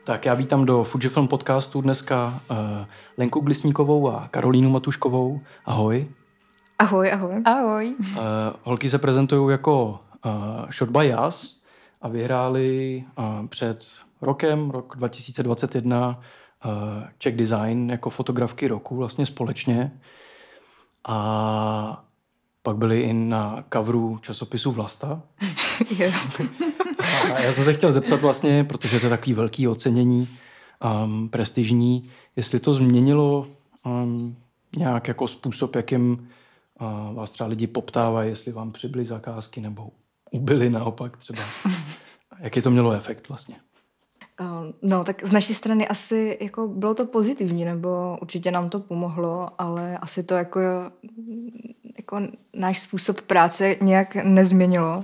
Tak já vítám do Fujifilm podcastu dneska Lenku Glisníkovou a Karolínu Matuškovou. Ahoj. Ahoj, ahoj. Ahoj. Holky se prezentují jako Shot by Us a vyhráli před rok 2021 Czech Design jako fotografky roku vlastně společně. A pak byli i na coveru časopisu Vlasta. A já jsem se chtěl zeptat vlastně, protože to je takový velký ocenění, prestižní, jestli to změnilo nějak jako způsob, jakým vás třeba lidi poptávají, jestli vám přibyly zakázky nebo ubyly naopak třeba. Jaký to mělo efekt vlastně? No, tak z naší strany asi jako bylo to pozitivní, nebo určitě nám to pomohlo, ale asi to jako náš způsob práce nějak nezměnilo.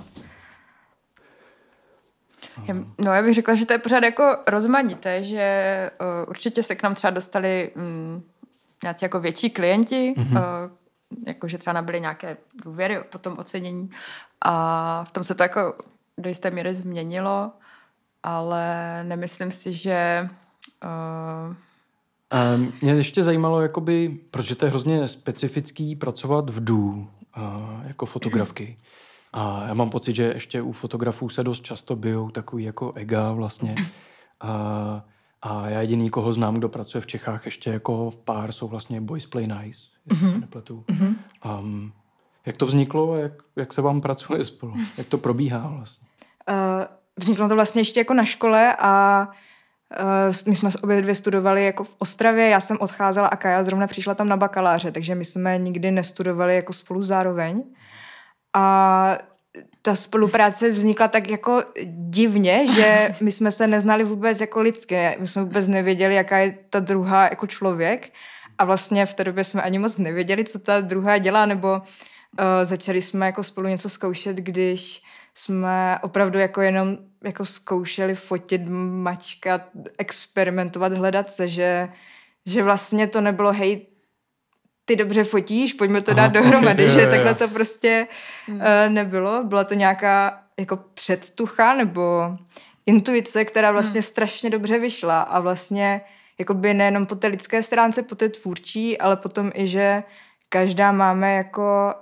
Já bych řekla, že to je pořád jako rozmanité, že určitě se k nám třeba dostali nějací jako větší klienti, jakože třeba nabyli nějaké důvěry po tom ocenění a v tom se to jako do jisté míry změnilo, ale nemyslím si, že... Mě ještě zajímalo, jakoby, protože to je hrozně specifický pracovat v DU jako fotografky. A já mám pocit, že ještě u fotografů se dost často bijou takový jako ega vlastně. A já jediný, koho znám, kdo pracuje v Čechách, ještě jako pár jsou vlastně Boys Play Nice, jestli se nepletu. Jak to vzniklo a jak se vám pracuje spolu? Jak to probíhá vlastně? Vzniklo to vlastně ještě jako na škole a my jsme obě dvě studovali jako v Ostravě, já jsem odcházela a Kaja zrovna přišla tam na bakaláře, takže my jsme nikdy nestudovali jako spolu zároveň. A ta spolupráce vznikla tak jako divně, že my jsme se neznali vůbec jako lidské. My jsme vůbec nevěděli, jaká je ta druhá jako člověk. A vlastně v té době jsme ani moc nevěděli, co ta druhá dělá, nebo začali jsme jako spolu něco zkoušet, když jsme opravdu jako jenom jako zkoušeli fotit, mačkat, experimentovat, hledat se, že vlastně to nebylo hej, ty dobře fotíš, pojďme to dát dohromady, že takhle to prostě nebylo. Byla to nějaká jako předtucha nebo intuice, která vlastně strašně dobře vyšla a vlastně jakoby nejenom po té lidské stránce, po té tvůrčí, ale potom i, že každá máme jako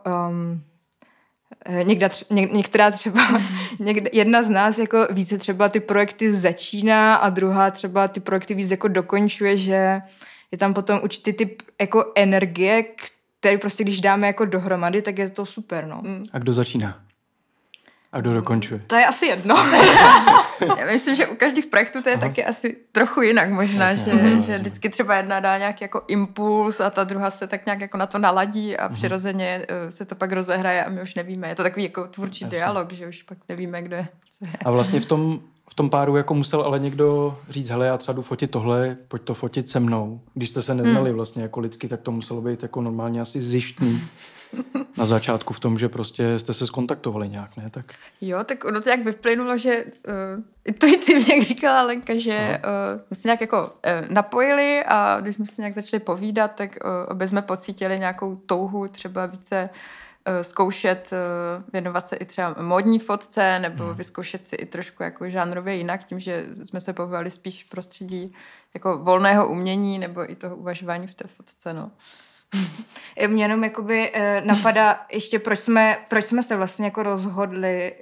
některá třeba, jedna z nás jako více třeba ty projekty začíná a druhá třeba ty projekty víc jako dokončuje, že je tam potom určitý typ jako energie, který prostě když dáme jako dohromady, tak je to super, no. A kdo začíná? A kdo dokončuje? To je asi jedno. Já myslím, že u každých projektů to je taky asi trochu jinak možná, že vždycky třeba jedna dá nějaký jako impuls a ta druhá se tak nějak jako na to naladí a přirozeně se to pak rozehraje a my už nevíme. Je to takový jako tvůrčí dialog, že už pak nevíme, kdo je, co je. A vlastně v tom páru jako musel ale někdo říct, hele, já třeba jdu fotit tohle, pojď to fotit se mnou. Když jste se neznali vlastně jako lidsky, tak to muselo být jako normálně asi zjištný na začátku v tom, že prostě jste se skontaktovali nějak, ne? Tak... Jo, tak ono to jak vyplynulo, že intuitivně, jak říkala Lenka, že jsme se nějak jako napojili a když jsme se nějak začali povídat, tak obě jsme pocítili nějakou touhu třeba více zkoušet, věnovat se i třeba módní fotce nebo vyzkoušet si i trošku jako žánrově jinak, tím, že jsme se pohybovali spíš v prostředí jako volného umění nebo i toho uvažování v té fotce, no. Mě jenom jakoby napadá ještě, proč jsme se vlastně jako rozhodli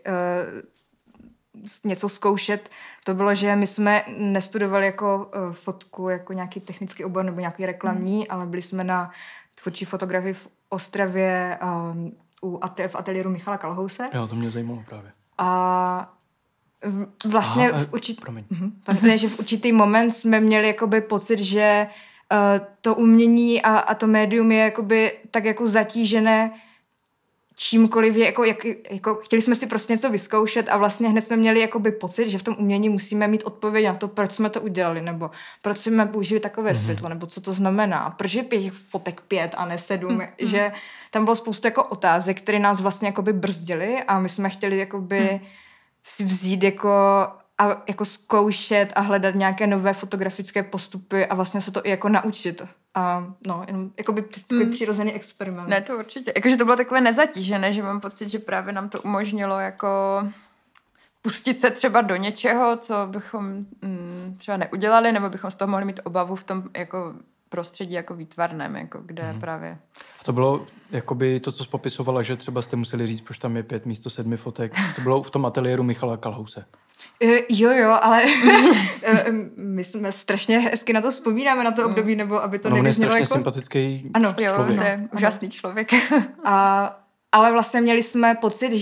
něco zkoušet. To bylo, že my jsme nestudovali jako fotku, jako nějaký technický obor nebo nějaký reklamní, ale byli jsme na tvůrčí fotografii v Ostravě v ateliéru Michala Kalhouse. Jo, to mě zajímalo právě. A vlastně v určitý moment jsme měli jakoby pocit, že to umění a to médium je jakoby tak jako zatížené čímkoliv je, jako chtěli jsme si prostě něco vyzkoušet a vlastně hned jsme měli jakoby pocit, že v tom umění musíme mít odpověď na to, proč jsme to udělali, nebo proč jsme použili takové světlo, nebo co to znamená, proč je těch fotek 5 a ne 7, že tam bylo spoustu jako otázek, které nás vlastně jakoby brzdily a my jsme chtěli jakoby si vzít a jako zkoušet a hledat nějaké nové fotografické postupy a vlastně se to i jako naučit. A no, jenom jakoby přirozený experiment. Ne, to určitě. Jakože to bylo takové nezatížené, že mám pocit, že právě nám to umožnilo jako pustit se třeba do něčeho, co bychom třeba neudělali, nebo bychom z toho mohli mít obavu v tom jako prostředí jako výtvarném, jako kde právě... A to bylo jakoby to, co jsi popisovala, že třeba jste museli říct, proč tam je 5 místo 7 fotek. To bylo v tom ateliéru Michala Kalhouse. Jo, ale my jsme strašně hezky na to vzpomínáme, na to období, nebo aby to nevyznělo jako... On je strašně jako... sympatický Jo, člověk. to je úžasný člověk. Ale vlastně měli jsme pocit,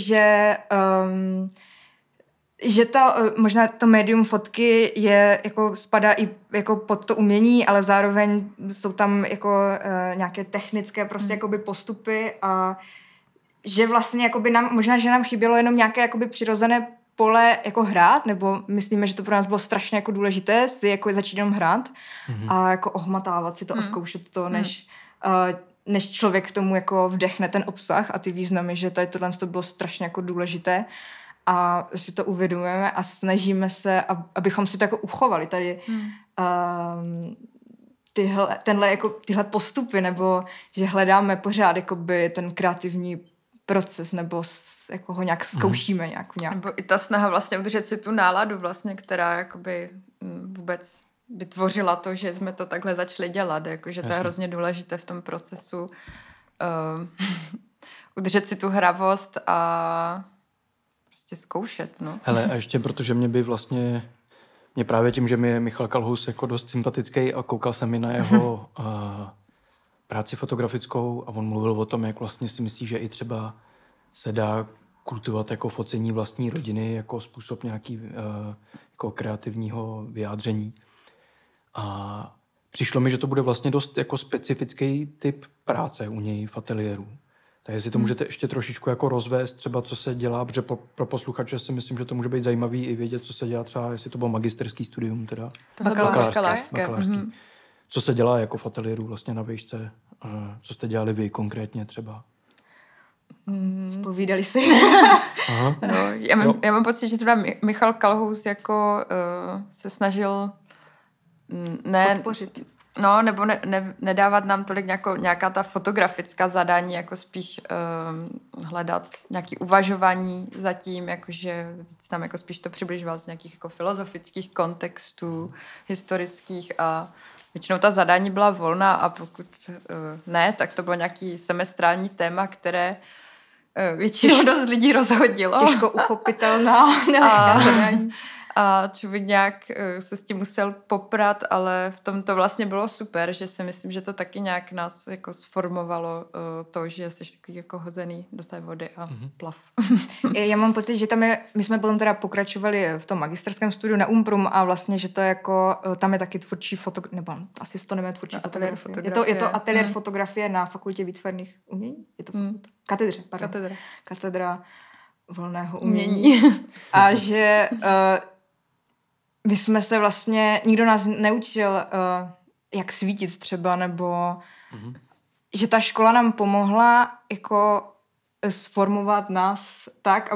že možná to médium fotky je, jako spadá i jako pod to umění, ale zároveň jsou tam jako nějaké technické prostě jakoby postupy a že vlastně jakoby možná, že nám chybělo jenom nějaké jakoby přirozené pole jako hrát, nebo myslíme, že to pro nás bylo strašně jako důležité si jako začít jenom hrát a jako ohmatávat si to a zkoušet to, než člověk k tomu jako vdechne ten obsah a ty významy, že tady tohle to bylo strašně jako důležité a si to uvědomujeme a snažíme se, abychom si to jako uchovali tady tyhle postupy, nebo že hledáme pořád jakoby ten kreativní proces, nebo jako ho nějak zkoušíme nějak. Nebo i ta snaha vlastně udržet si tu náladu vlastně, která jakoby vůbec vytvořila to, že jsme to takhle začali dělat, jakože to je hrozně důležité v tom procesu udržet si tu hravost a prostě zkoušet, no. Hele, a ještě protože mě právě tím, že mi je Michal Kalhous jako dost sympatický a koukal jsem i na jeho práci fotografickou a on mluvil o tom, jak vlastně si myslí, že i třeba se dá kultivovat jako focení vlastní rodiny jako způsob nějaký jako kreativního vyjádření. A přišlo mi, že to bude vlastně dost jako specifický typ práce u něj v ateliéru. Tak jestli to můžete ještě trošičku jako rozvést, třeba co se dělá, protože pro posluchače si myslím, že to může být zajímavý i vědět, co se dělá třeba, jestli to bylo magisterský studium teda. Bakalářské. Co se dělá jako v ateliéru vlastně na výšce, co jste dělali vy konkrétně třeba? Povídali si. Aha. No, já mám pocit, že třeba Michal Kalhous jako se snažil podpořit. No, nebo nedávat nám tolik nějaká ta fotografická zadání, jako spíš hledat nějaké uvažování za tím, jakože víc tam jako spíš to přibližoval z nějakých jako filozofických kontextů, historických a většinou ta zadání byla volná a pokud ne, tak to bylo nějaký semestrální téma, které většinou dost lidí rozhodilo. Těžko uchopitelná. A člověk nějak se s tím musel poprat, ale v tom to vlastně bylo super, že si myslím, že to taky nějak nás jako sformovalo to, že jsi takový jako hozený do té vody a plav. Já mám pocit, že my jsme potom teda pokračovali v tom magisterském studiu na Umprum a vlastně, že to jako, tam je taky tvůrčí fotografie, nebo asi to nemě tvůrčí fotografie. Je to ateliér fotografie na Fakultě výtvarných umění? Je to katedře, pardon. Katedra volného umění. A že my jsme se vlastně, nikdo nás neučil, jak svítit třeba, nebo že ta škola nám pomohla jako sformovat nás tak,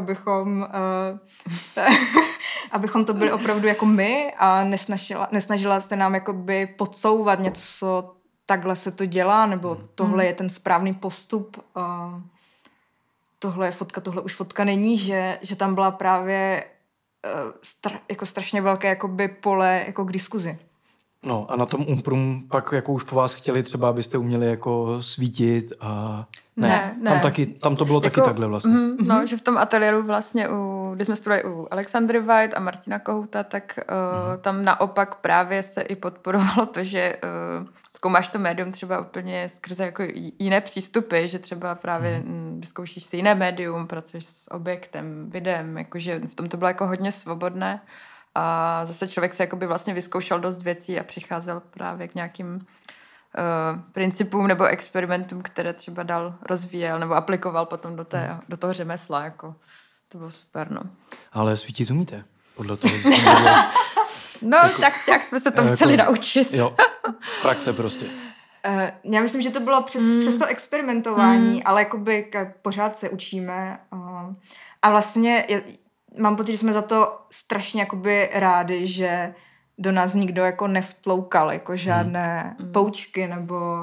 abychom to byli opravdu jako my a nesnažila se nám jakoby podsouvat něco, takhle se to dělá, nebo tohle je ten správný postup, tohle je fotka, tohle už fotka není, že tam byla právě jako strašně velké jakoby pole jako k diskuzi. No a na tom Umprum pak jako už po vás chtěli třeba, abyste uměli jako svítit a ne. Tam to bylo jako, taky takhle vlastně. No, že v tom ateliéru vlastně, když jsme studovali u Alexandry White a Martina Kohouta, tak tam naopak právě se i podporovalo to, že zkoumáš to médium třeba úplně skrze jako jiné přístupy, že třeba právě vyzkoušíš si jiné médium, pracuješ s objektem, videem, jakože v tom to bylo jako hodně svobodné. A zase člověk se jakoby vlastně vyzkoušel dost věcí a přicházel právě k nějakým principům nebo experimentům, které třeba dál rozvíjel nebo aplikoval potom do toho řemesla. Jako. To bylo super, no. Ale svítit umíte? Podle toho, no, tak jak jsme se to museli naučit. Jo, z praxe prostě. Já myslím, že to bylo přes to experimentování, ale jakoby pořád se učíme. A vlastně mám pocit, že jsme za to strašně jakoby rádi, že do nás nikdo jako nevtloukal jako žádné poučky nebo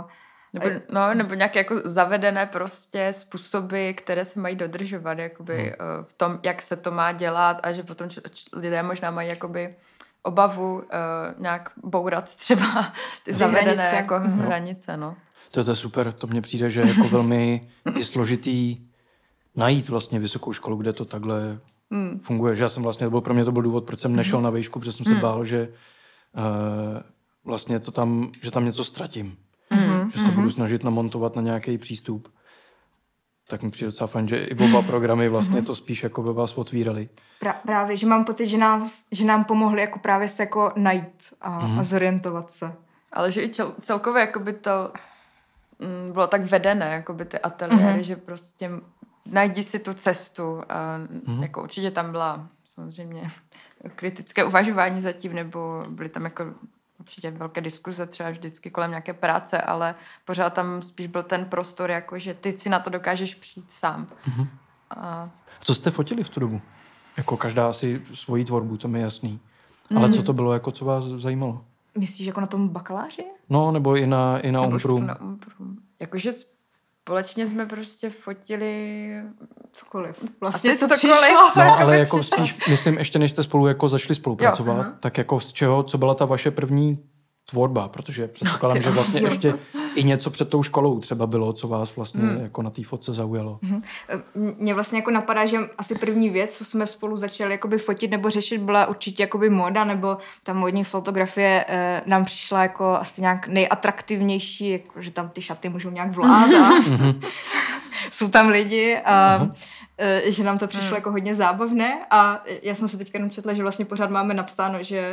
Nebo nějaké jako zavedené prostě způsoby, které se mají dodržovat jakoby, v tom, jak se to má dělat a že potom lidé možná mají jakoby obavu nějak bourat třeba ty zavedené hranice. Jako hranice. No. To je super, to mně přijde, že jako velmi je složitý najít vlastně vysokou školu, kde to takhle funguje. Že já jsem vlastně, pro mě to byl důvod, proč jsem nešel na výšku, protože jsem se bál, že vlastně že tam něco ztratím. Že se budu snažit namontovat na nějaký přístup. Tak mi přijde docela fajn, že i oba programy vlastně to spíš jako by vás otvírali. Právě, že mám pocit, že nám pomohli jako právě se jako najít a zorientovat se. Ale že i celkově jakoby to bylo tak vedené, jakoby ty ateliéry, že prostě najdi si tu cestu. A jako určitě tam byla samozřejmě kritické uvažování zatím, nebo byly tam jako určitě velké diskuze třeba vždycky kolem nějaké práce, ale pořád tam spíš byl ten prostor, jako že ty si na to dokážeš přijít sám. A co jste fotili v tu dobu? Jako každá si svoji tvorbu, to mi je jasný. Ale co to bylo, jako co vás zajímalo? Myslíš jako na tom bakaláři? No, nebo i na Umprum. Jakože společně jsme prostě fotili cokoliv. Vlastně co cokoliv. No, ale jako spíš, myslím, ještě než jste spolu jako začali spolupracovat, tak jako z čeho, co byla ta vaše první tvorba, protože předpokládám, že vlastně ještě i něco před tou školou třeba bylo, co vás vlastně jako na té fotce zaujalo. Mně vlastně jako napadá, že asi první věc, co jsme spolu začali jakoby fotit nebo řešit, byla určitě jakoby móda, nebo ta módní fotografie nám přišla jako asi nějak nejatraktivnější, jako, že tam ty šaty můžou nějak vládat. Jsou tam lidi a že nám to přišlo jako hodně zábavné a já jsem se teďka jenom četla, že vlastně pořád máme napsáno, že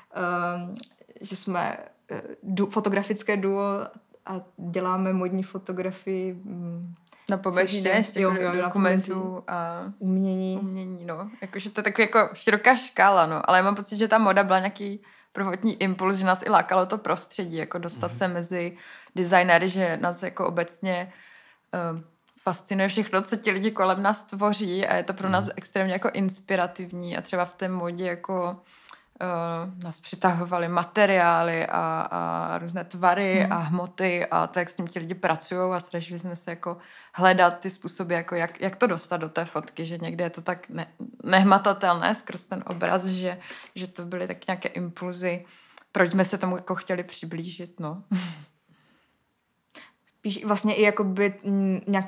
jsme fotografické duo a děláme modní fotografii na pomezí dokumentů a umění, no. Jakože to je takový jako široká škála, no. Ale já mám pocit, že ta moda byla nějaký prvotní impuls, že nás i lákalo to prostředí, jako dostat se mezi designéry, že nás jako obecně fascinuje všechno, co ti lidi kolem nás tvoří a je to pro nás extrémně jako inspirativní a třeba v té modě jako nás přitahovaly materiály a různé tvary a hmoty a to, jak s tím ti lidi pracují a snažili jsme se jako hledat ty způsoby, jako jak to dostat do té fotky, že někde je to tak nehmatatelné skrz ten obraz, že to byly tak nějaké impulzy, proč jsme se tomu jako chtěli přiblížit, no. Spíš vlastně i jakoby nějak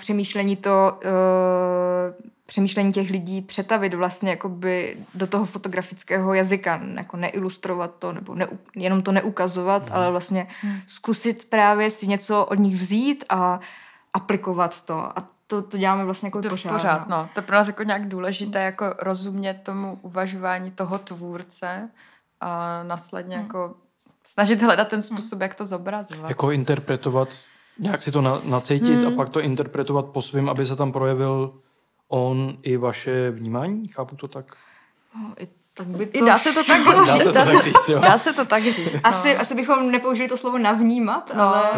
přemýšlení těch lidí přetavit vlastně jakoby do toho fotografického jazyka, jako neilustrovat to, nebo jenom to neukazovat, ale vlastně zkusit právě si něco od nich vzít a aplikovat to. A to děláme vlastně jako pořád. No. To je pro nás jako nějak důležité, jako rozumět tomu uvažování toho tvůrce a následně jako snažit hledat ten způsob, jak to zobrazovat. Jako interpretovat, nějak si to nacítit a pak to interpretovat po svým, aby se tam projevil on i vaše vnímání? Chápu to tak? Dá se to tak říct. Dá se to tak říct. Asi bychom nepoužili to slovo navnímat,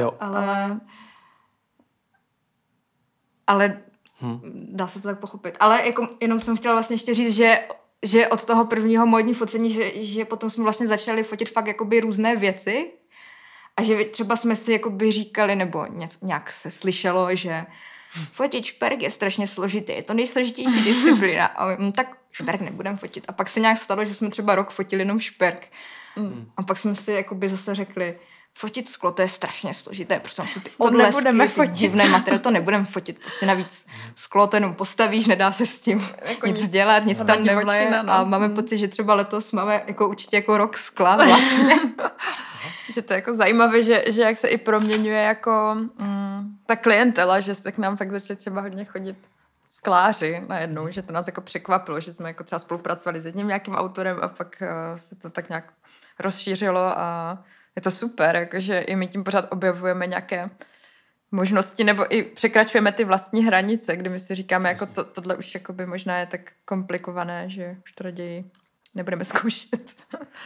ale dá se to tak pochopit. Ale jako, jenom jsem chtěla vlastně ještě říct, že od toho prvního módní focení, že potom jsme vlastně začali fotit fakt jakoby různé věci a že třeba jsme si jakoby říkali, nebo nějak se slyšelo, že fotit šperk je strašně složitý, je to nejsložitější disciplína. A tak šperk nebudem fotit. A pak se nějak stalo, že jsme třeba rok fotili jenom šperk. A pak jsme si jakoby zase řekli, fotit sklo, to je strašně složité, protože jsou ty odlesky, ty divné materiály, to nebudeme fotit. Prostě navíc sklo to jenom postavíš, nedá se s tím jako nic dělat, nic tam nevleje. A máme pocit, že třeba letos máme jako určitě jako rok skla vlastně. Že to je jako zajímavé, že jak se i proměňuje jako ta klientela, že se k nám fakt začali třeba hodně chodit skláři najednou, že to nás jako překvapilo, že jsme jako třeba spolupracovali s jedním nějakým autorem a pak se to tak nějak rozšířilo a je to super, jakože i my tím pořád objevujeme nějaké možnosti nebo i překračujeme ty vlastní hranice, kdy my si říkáme, jako tohle už jakoby možná je tak komplikované, že už to raději nebudeme zkoušet.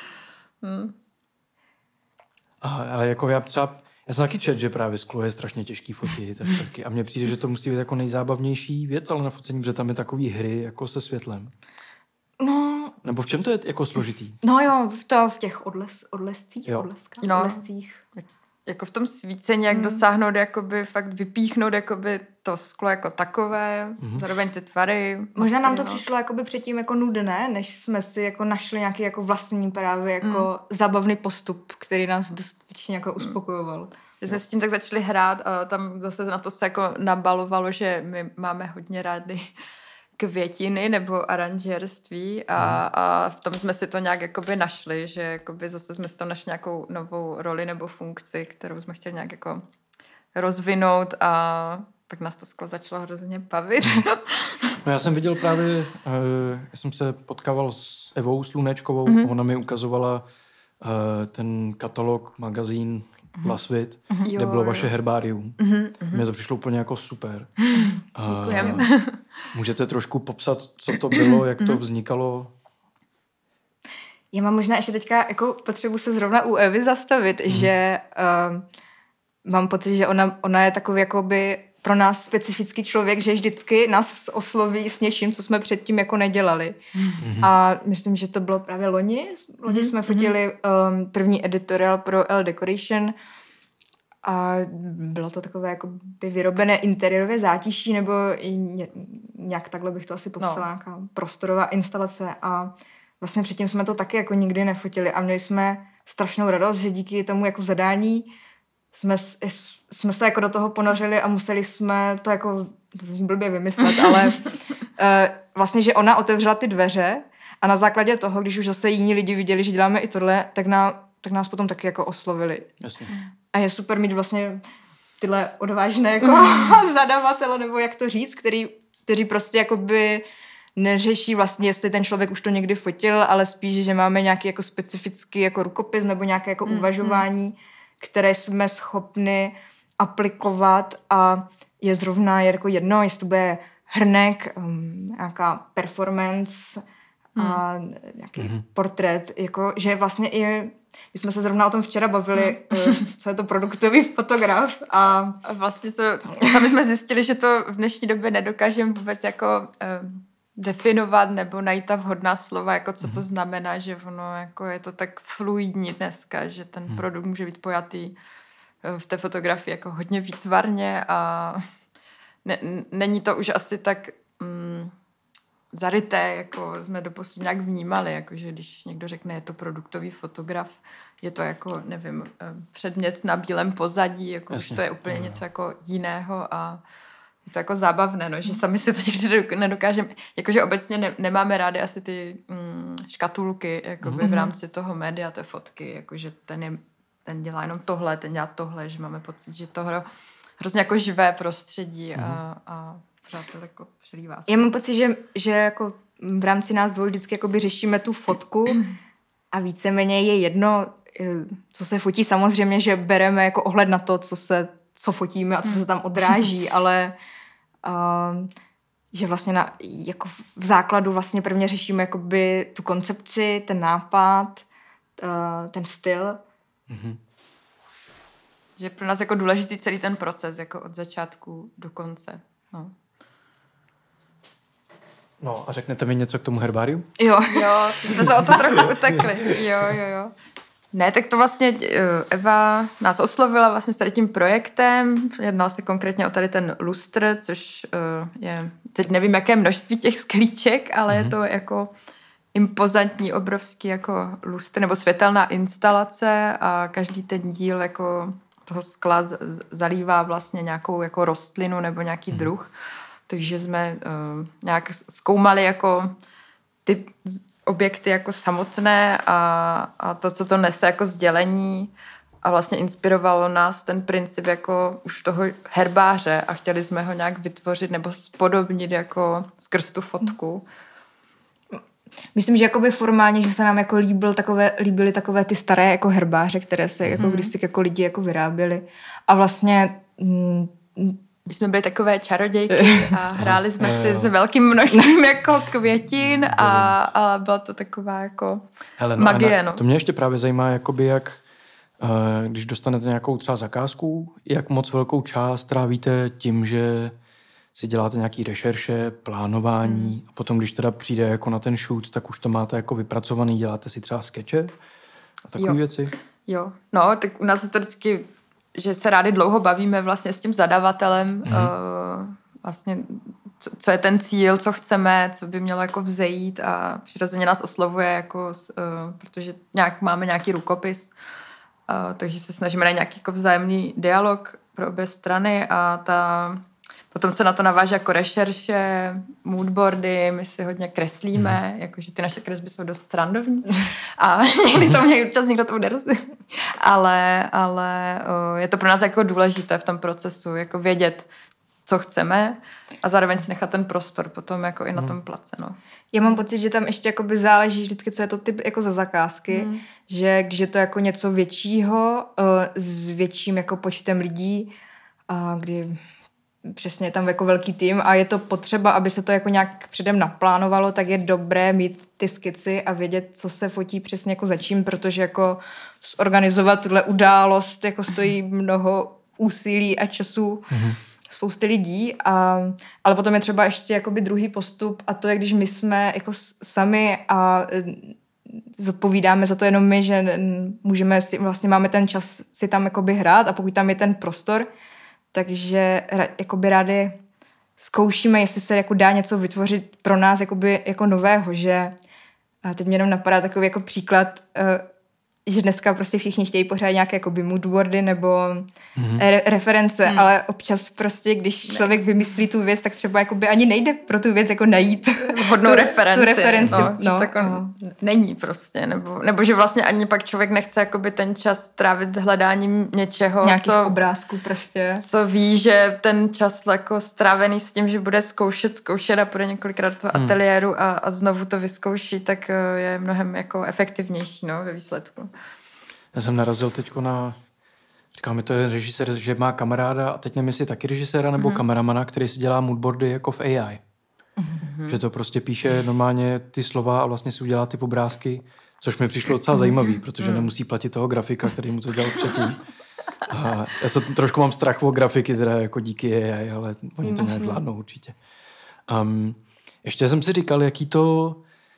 A jako já jsem taky čet, že právě sklo je strašně těžký fotit a mně přijde, že to musí být jako nejzábavnější věc, ale na focení, protože tam je takový hry jako se světlem. No. Nebo v čem to je jako složitý? No jo, v těch odlescích. No. Odlescích. jako v tom svícení, jak dosáhnout, jakoby fakt vypíchnout jakoby to sklo jako takové, zároveň ty tvary. Možná nám to přišlo jakoby předtím jako nudné, než jsme si jako našli nějaký jako vlastní právě jako zábavný postup, který nás dostatečně jako uspokojoval. Že jsme s tím tak začali hrát a tam zase na to se jako nabalovalo, že my máme hodně rádi květiny nebo aranžérství a v tom jsme si to nějak jakoby našli, že jakoby zase jsme si to našli nějakou novou roli nebo funkci, kterou jsme chtěli nějak jako rozvinout a pak nás to sklo začalo hrozně bavit. No já jsem viděl právě, já jsem se potkával s Evou Slunečkovou, ona mi ukazovala ten katalog, magazín Lasvit, kde bylo vaše herbárium. Mně to přišlo úplně jako super. Děkujeme. Můžete trošku popsat, co to bylo, jak to vznikalo? Já mám možná ještě teďka jako potřebu se zrovna u Evy zastavit, že mám pocit, že ona je takový jakoby pro nás specifický člověk, že vždycky nás osloví s něčím, co jsme předtím jako nedělali. A myslím, že to bylo právě loni. Loni jsme fotili první editoriál pro Elle Decoration a bylo to takové jako vyrobené interiérové zátiší, nebo nějak takhle bych to asi popsala, nějaká prostorová instalace a vlastně předtím jsme to taky jako nikdy nefotili a měli jsme strašnou radost, že díky tomu jako zadání jsme se jako do toho ponořili a museli jsme to jako blbě vymyslet, ale vlastně, že ona otevřela ty dveře a na základě toho, když už zase jiní lidi viděli, že děláme i tohle, tak nás potom taky jako oslovili. Jasně. A je super mít vlastně tyhle odvážné jako zadavatele, nebo jak to říct, kteří prostě jakoby neřeší vlastně, jestli ten člověk už to někdy fotil, ale spíš, že máme nějaký jako specifický jako rukopis nebo nějaké jako uvažování, které jsme schopni aplikovat a je zrovna jako jedno, jestli to bude hrnek, nějaká performance a nějaký portrét, jako, že vlastně i my jsme se zrovna o tom včera bavili, co je to produktový fotograf a vlastně to, sami jsme zjistili, že to v dnešní době nedokážeme vůbec jako definovat nebo najít ta vhodná slova, jako co to znamená, že ono jako je to tak fluidní dneska, že ten produkt může být pojatý v té fotografii jako hodně výtvarně a není to už asi tak zaryté, jako jsme doposud nějak vnímali, jakože když někdo řekne, je to produktový fotograf, je to jako, nevím, předmět na bílém pozadí, jako už to je úplně něco jako jiného a je to jako zábavné, no, že sami si to někdy nedokážeme, jakože obecně nemáme rádi asi ty škatulky jakoby v rámci toho média, té fotky, jakože ten dělá jenom tohle, ten dělá tohle, že máme pocit, že to hrozně jako živé prostředí a pořád to jako přelívá se. Já mám pocit, že jako v rámci nás dvou vždycky jakoby řešíme tu fotku a víceméně je jedno, co se fotí. Samozřejmě, že bereme jako ohled na to, co fotíme a co se tam odráží, ale že vlastně jako v základu vlastně prvně řešíme jakoby tu koncepci, ten nápad, ten styl. Že je pro nás jako důležitý celý ten proces, jako od začátku do konce. No a řeknete mi něco k tomu herbáriu? Jo, jsme se o to trochu utekli. Jo. Ne, tak to vlastně Eva nás oslovila vlastně s tady tím projektem. Jednalo se konkrétně o tady ten lustr, což je, teď nevím, jaké množství těch sklíček, ale je to jako impozantní, obrovský jako lustr nebo světelná instalace a každý ten díl jako toho skla zalívá vlastně nějakou jako rostlinu nebo nějaký druh. Takže jsme nějak zkoumali jako ty objekty jako samotné a to, co to nese jako sdělení a vlastně inspirovalo nás ten princip jako už toho herbáře a chtěli jsme ho nějak vytvořit nebo spodobnit jako skrz tu fotku. Myslím, že jakoby formálně, že se nám jako líbily takové ty staré jako herbáře, které se jako kdysi jako lidi jako vyráběli. A vlastně když jsme byli takové čarodějky a hráli jsme si s velkým množstvím jako květin a byla to taková jako magie. No. To mě ještě právě zajímá, jakoby jak, když dostanete nějakou třeba zakázku, jak moc velkou část trávíte tím, že si děláte nějaký rešerše, plánování a potom, když teda přijde jako na ten shoot, tak už to máte jako vypracovaný, děláte si třeba skeče a takové věci? Jo, no, tak u nás je to vždycky že se rádi dlouho bavíme vlastně s tím zadavatelem, vlastně co je ten cíl, co chceme, co by mělo jako vzejít a přirozeně nás oslovuje, jako, protože máme nějaký rukopis, takže se snažíme na nějaký jako vzájemný dialog pro obě strany a potom se na to naváže jako rešerše, moodboardy, my si hodně kreslíme, jakože ty naše kresby jsou dost srandovní a někdo tomu nerozumí. Ale je to pro nás jako důležité v tom procesu, jako vědět, co chceme a zároveň si nechat ten prostor potom jako i na tom place. No. Já mám pocit, že tam ještě jakoby záleží vždycky, co je to typ jako za zakázky, že když je to jako něco většího s větším jako počtem lidí, kdy přesně je tam jako velký tým a je to potřeba, aby se to jako nějak předem naplánovalo, tak je dobré mít ty skici a vědět, co se fotí přesně jako za čím, protože jako zorganizovat tuhle událost jako stojí mnoho úsilí a času spousty lidí, ale potom je třeba ještě jakoby druhý postup a to je, když my jsme jako sami a zodpovídáme za to jenom my, že můžeme si, vlastně máme ten čas si tam jakoby hrát a pokud tam je ten prostor, takže jakoby rádi zkoušíme, jestli se jako dá něco vytvořit pro nás jakoby jako nového, že teď mě jenom napadá takový jako příklad, že dneska prostě všichni chtějí pořád nějaké jakoby moodboardy nebo reference, ale občas prostě, když člověk vymyslí tu věc, tak třeba jakoby ani nejde pro tu věc jako najít vhodnou referenci. No, že to jako není prostě, nebo že vlastně ani pak člověk nechce jakoby ten čas trávit hledáním něčeho, nějakých obrázků prostě. Co ví, že ten čas jako strávený s tím, že bude zkoušet a půjde několikrát do toho ateliéru a znovu to vyzkouší, tak je mnohem jako efektivnější, no, ve výsledku. Já jsem narazil teďko říkal mi to jeden režisér, že má kamaráda, a teď nevím, jestli taky režiséra nebo kameramana, který si dělá moodboardy jako v AI. Že to prostě píše normálně ty slova a vlastně si udělá ty obrázky, což mi přišlo docela zajímavý, protože nemusí platit toho grafika, který mu to dělal předtím. A já se trošku mám strach o grafiky, teda jako díky AI, ale oni to nějak zvládnou určitě. Ještě jsem si říkal, jaký to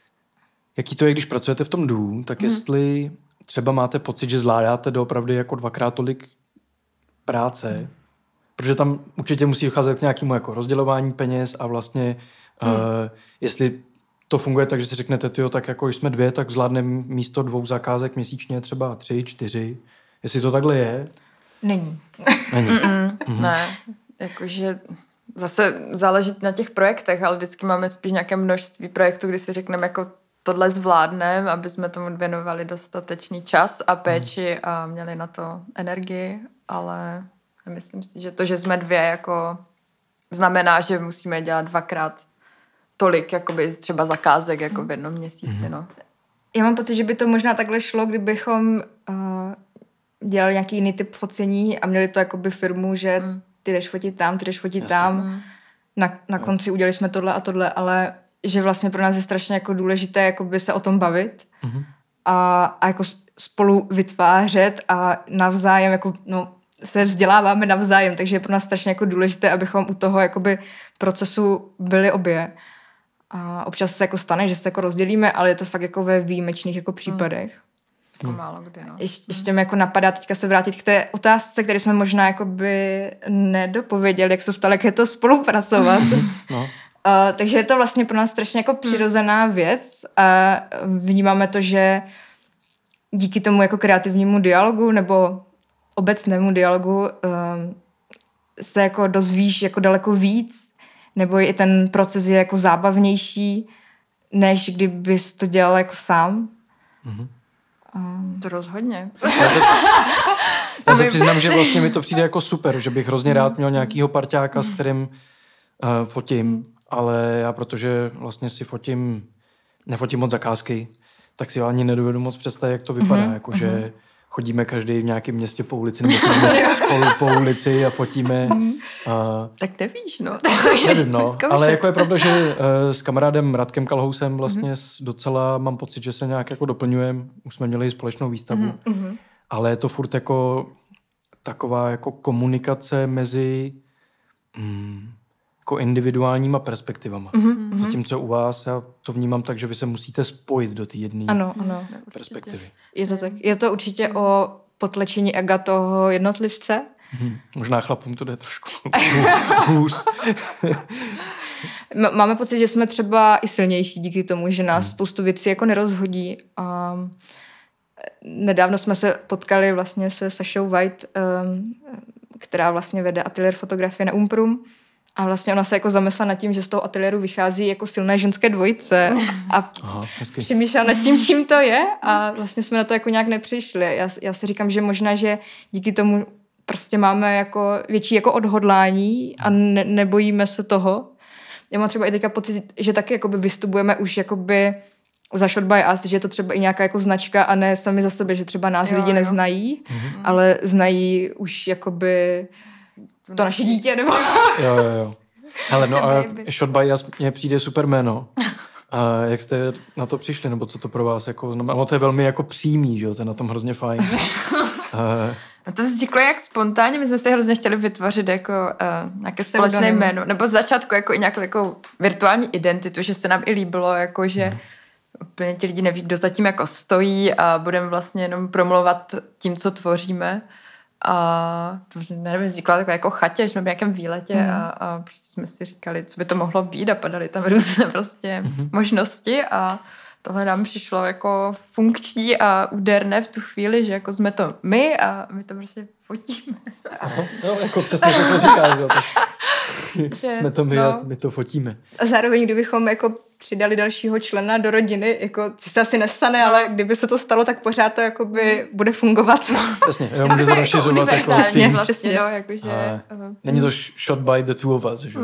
je, když pracujete v tom DU, tak jestli třeba máte pocit, že zvládáte doopravdy jako 2x tolik práce, protože tam určitě musí docházet k nějakému jako rozdělování peněz a vlastně jestli to funguje tak, že si řeknete, tyjo, tak jako když jsme 2, tak zvládneme místo 2 zakázek měsíčně třeba 3, 4. Jestli to takhle je? Není. Ne, jakože zase záleží na těch projektech, ale vždycky máme spíš nějaké množství projektů, kdy si řekneme jako tohle zvládneme, aby jsme tomu věnovali dostatečný čas a péči a měli na to energii, ale myslím si, že to, že jsme 2, jako znamená, že musíme dělat 2x tolik, jakoby třeba zakázek jako v jednom měsíci, no. Já mám pocit, že by to možná takhle šlo, kdybychom dělali nějaký jiný typ focení a měli to jakoby firmu, že ty jdeš fotit tam, ty jdeš fotit tam. Na konci udělali jsme tohle a tohle, ale že vlastně pro nás je strašně jako důležité jakoby se o tom bavit a jako spolu vytvářet a navzájem jako, se vzděláváme navzájem, takže je pro nás strašně jako důležité, abychom u toho jakoby procesu byli obě. A občas se jako stane, že se jako rozdělíme, ale je to fakt jako ve výjimečných jako případech. Jako málo kdy, no. Ještě mi jako napadá teďka se vrátit k té otázce, které jsme možná jakoby nedopověděli, jak se stalo, jak je to spolupracovat. Takže je to vlastně pro nás strašně jako přirozená věc a vnímáme to, že díky tomu jako kreativnímu dialogu nebo obecnému dialogu se jako dozvíš jako daleko víc, nebo i ten proces je jako zábavnější, než kdybys to dělal jako sám. To rozhodně. Já se přiznám, že vlastně mi to přijde jako super, že bych hrozně rád měl nějakýho parťáka, s kterým fotím, ale já protože vlastně si nefotím moc zakázky, tak si ani nedovedu moc představit, jak to vypadá, jakože chodíme každý v nějakém městě po ulici, nebo jsme spolu po ulici a fotíme. Tak nevíš, no. Nevím, no. Ale jako je pravda, že s kamarádem Radkem Kalhousem vlastně docela mám pocit, že se nějak jako doplňujeme. Už jsme měli společnou výstavu. Ale je to furt jako taková jako komunikace mezi jako individuálníma perspektivama. Zatímco u vás, já to vnímám tak, že vy se musíte spojit do té jedné perspektivy. Je to tak. Je to určitě o potlačení ega toho jednotlivce. Možná chlapům to jde trošku hůř. Máme pocit, že jsme třeba i silnější díky tomu, že nás spoustu věcí jako nerozhodí. A nedávno jsme se potkali vlastně se Sašou White, která vlastně vede ateliér fotografie na Umprum. A vlastně ona se jako zamyslela nad tím, že z toho ateliéru vychází jako silné ženské dvojice a přemýšlela nad tím, čím to je a vlastně jsme na to jako nějak nepřišli. Já si říkám, že možná, že díky tomu prostě máme jako větší jako odhodlání a nebojíme se toho. Já mám třeba i teďka pocit, že taky jakoby vystupujeme už jakoby za Shot by Us, že je to třeba i nějaká jako značka a ne sami za sebe, že třeba nás lidi neznají, ale znají už jakoby to naše dítě, nebo... Jo. Hele, no a Shot by Us mně přijde super jméno. A jak jste na to přišli, nebo co to pro vás jako znamená? No to je velmi jako přímý, že jo, to je na tom hrozně fajn. A to vzniklo jak spontánně, my jsme si hrozně chtěli vytvořit jako nějaké společné jméno, nebo z začátku jako i nějakou jako virtuální identitu, že se nám i líbilo, jako že úplně ti lidi neví, kdo zatím jako stojí a budeme vlastně jenom promlouvat tím, co tvoříme. A to nevím, vznikla taková jako chatě, že jsme v nějakém výletě a prostě jsme si říkali, co by to mohlo být a padaly tam různé prostě možnosti a tohle nám přišlo jako funkční a úderné v tu chvíli, že jako jsme to my a my to prostě fotíme. No, jako přesně to říká, že jsme to my a my to fotíme. A zároveň, kdybychom jako přidali dalšího člena do rodiny, jako, což se asi nestane, ale kdyby se to stalo, tak pořád to jakoby bude fungovat. Přesně, jo, může to rozšiřovat jako vlastně, vlastně, no, jakože... Není to shot by the two of us, že?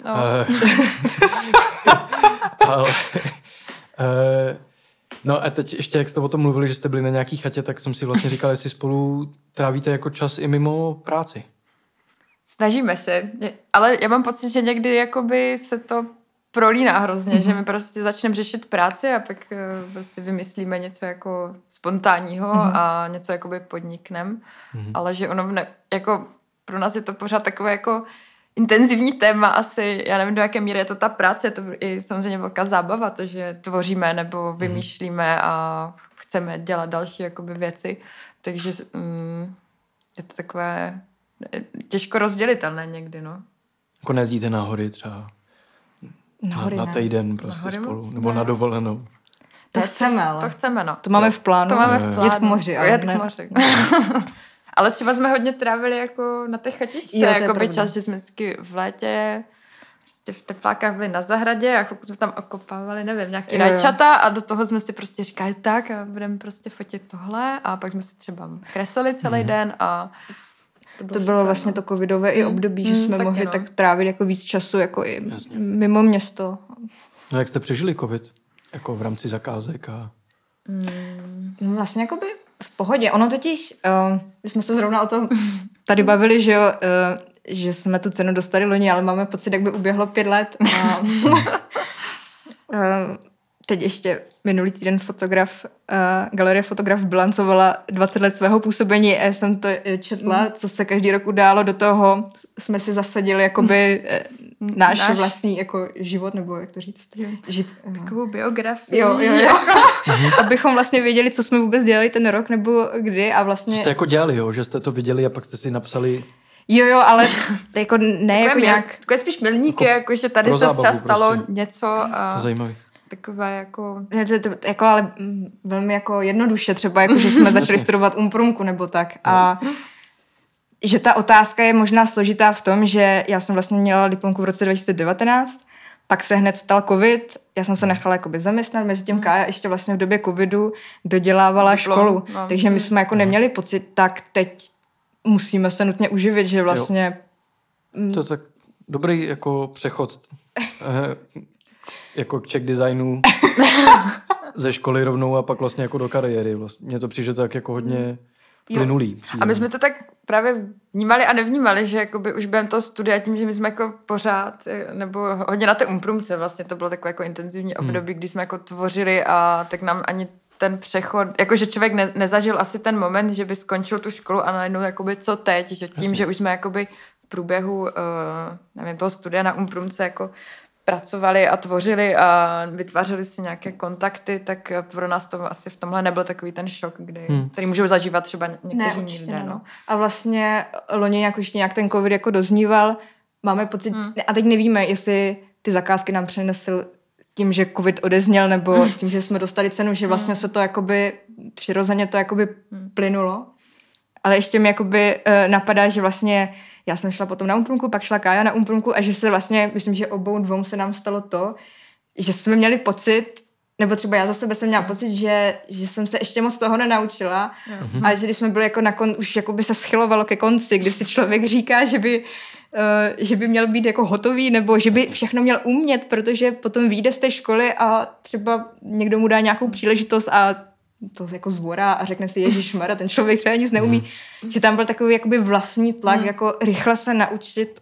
No a teď ještě, jak jste o tom mluvili, že jste byli na nějaký chatě, tak jsem si vlastně říkal, jestli spolu trávíte jako čas i mimo práci. Snažíme se, ale já mám pocit, že někdy jakoby se to prolíná hrozně, že my prostě začneme řešit práci a pak prostě vymyslíme něco jako spontánního a něco jakoby podnikneme, ale že ono jako pro nás je to pořád takové jako intenzivní téma asi, já nevím, do jaké míry je to ta práce, je to i samozřejmě velká zábava, to, že tvoříme nebo vymýšlíme a chceme dělat další jakoby věci, takže je to takové těžko rozdělitelné někdy, no. Jako nejezdíte na hory třeba na týden prostě spolu, nebo na dovolenou. To chceme, ale. To chceme, no. To máme v plánu. To máme v plánu. Jet k moři, ale jet k moři. Ale třeba jsme hodně trávili jako na té chatičce, jakoby čas, že jsme vždycky v létě prostě v teplákách byli na zahradě a chvilku jsme tam okopávali, nevím, nějaký rajčata a do toho jsme si prostě říkali tak a budeme prostě fotit tohle a pak jsme si třeba kreslili celý den a to bylo vlastně to covidové i období, že jsme mohli tak trávit jako víc času jako i mimo město. No jak jste přežili covid? Jako v rámci zakázek a... No vlastně jakoby v pohodě. Ono totiž, jsme se zrovna o tom tady bavili, že jo, že jsme tu cenu dostali loni, ale máme pocit, jak by uběhlo 5 let. Teď ještě minulý týden Galerie Fotograf bilancovala 20 let svého působení a já jsem to četla, co se každý rok událo, do toho jsme si zasadili jakoby náš vlastní jako život, nebo jak to říct? Takovou biografii. Jo. Abychom vlastně věděli, co jsme vůbec dělali ten rok, nebo kdy a vlastně... Jste jako dělali, jo? Že jste to viděli a pak jste si napsali... Jo, ale jako ne jako nějak... Takové spíš milníky, jako že tady se třeba stalo prostě. něco... To zajímavý. Takové jako... jako ale velmi jako jednoduše třeba, jako že jsme začali studovat Umprumku nebo tak. A že ta otázka je možná složitá v tom, že já jsem vlastně měla diplomku v roce 2019, pak se hned stal covid, já jsem se nechala jakoby zaměstnat, mezi tím Kája ještě vlastně v době covidu dodělávala školu. No. Takže my jsme jako neměli pocit, tak teď musíme se nutně uživit, že vlastně... To je tak dobrý jako přechod jako k Czech designu ze školy rovnou a pak vlastně jako do kariéry. Vlastně. Mně to přijde tak jako hodně plynulý. A my jsme to tak právě vnímali a nevnímali, že jakoby už během toho studia tím, že my jsme jako pořád, nebo hodně na té Umprumce vlastně to bylo takové jako intenzivní období, kdy jsme jako tvořili a tak nám ani ten přechod, jakože člověk nezažil asi ten moment, že by skončil tu školu a najednou jakoby co teď, že tím, že už jsme jakoby v průběhu, nevím, toho studia na Umprumce jako pracovali a tvořili a vytvářeli si nějaké kontakty, tak pro nás to asi v tomhle nebyl takový ten šok, který můžou zažívat třeba někteří jiní lidé. No. A vlastně loni nějak ten covid jako dozníval, máme pocit, a teď nevíme, jestli ty zakázky nám přinesl tím, že covid odezněl, nebo tím, že jsme dostali cenu, že vlastně se to jakoby přirozeně to jakoby plynulo. Ale ještě mi jakoby napadá, že vlastně já jsem šla potom na Umprumku, pak šla Kája na Umprumku a že se vlastně, myslím, že obou dvou se nám stalo to, že jsme měli pocit, nebo třeba já za sebe jsem měla pocit, že jsem se ještě moc toho nenaučila a že když jsme byli jako už jakoby se schylovalo ke konci, kdy si člověk říká, že by měl být jako hotový, nebo že by všechno měl umět, protože potom vyjde z té školy a třeba někdo mu dá nějakou příležitost a to jako zvorá a řekne si ježišmarja, ten člověk třeba nic neumí. Že tam byl takový jakoby vlastní tlak, jako rychle se naučit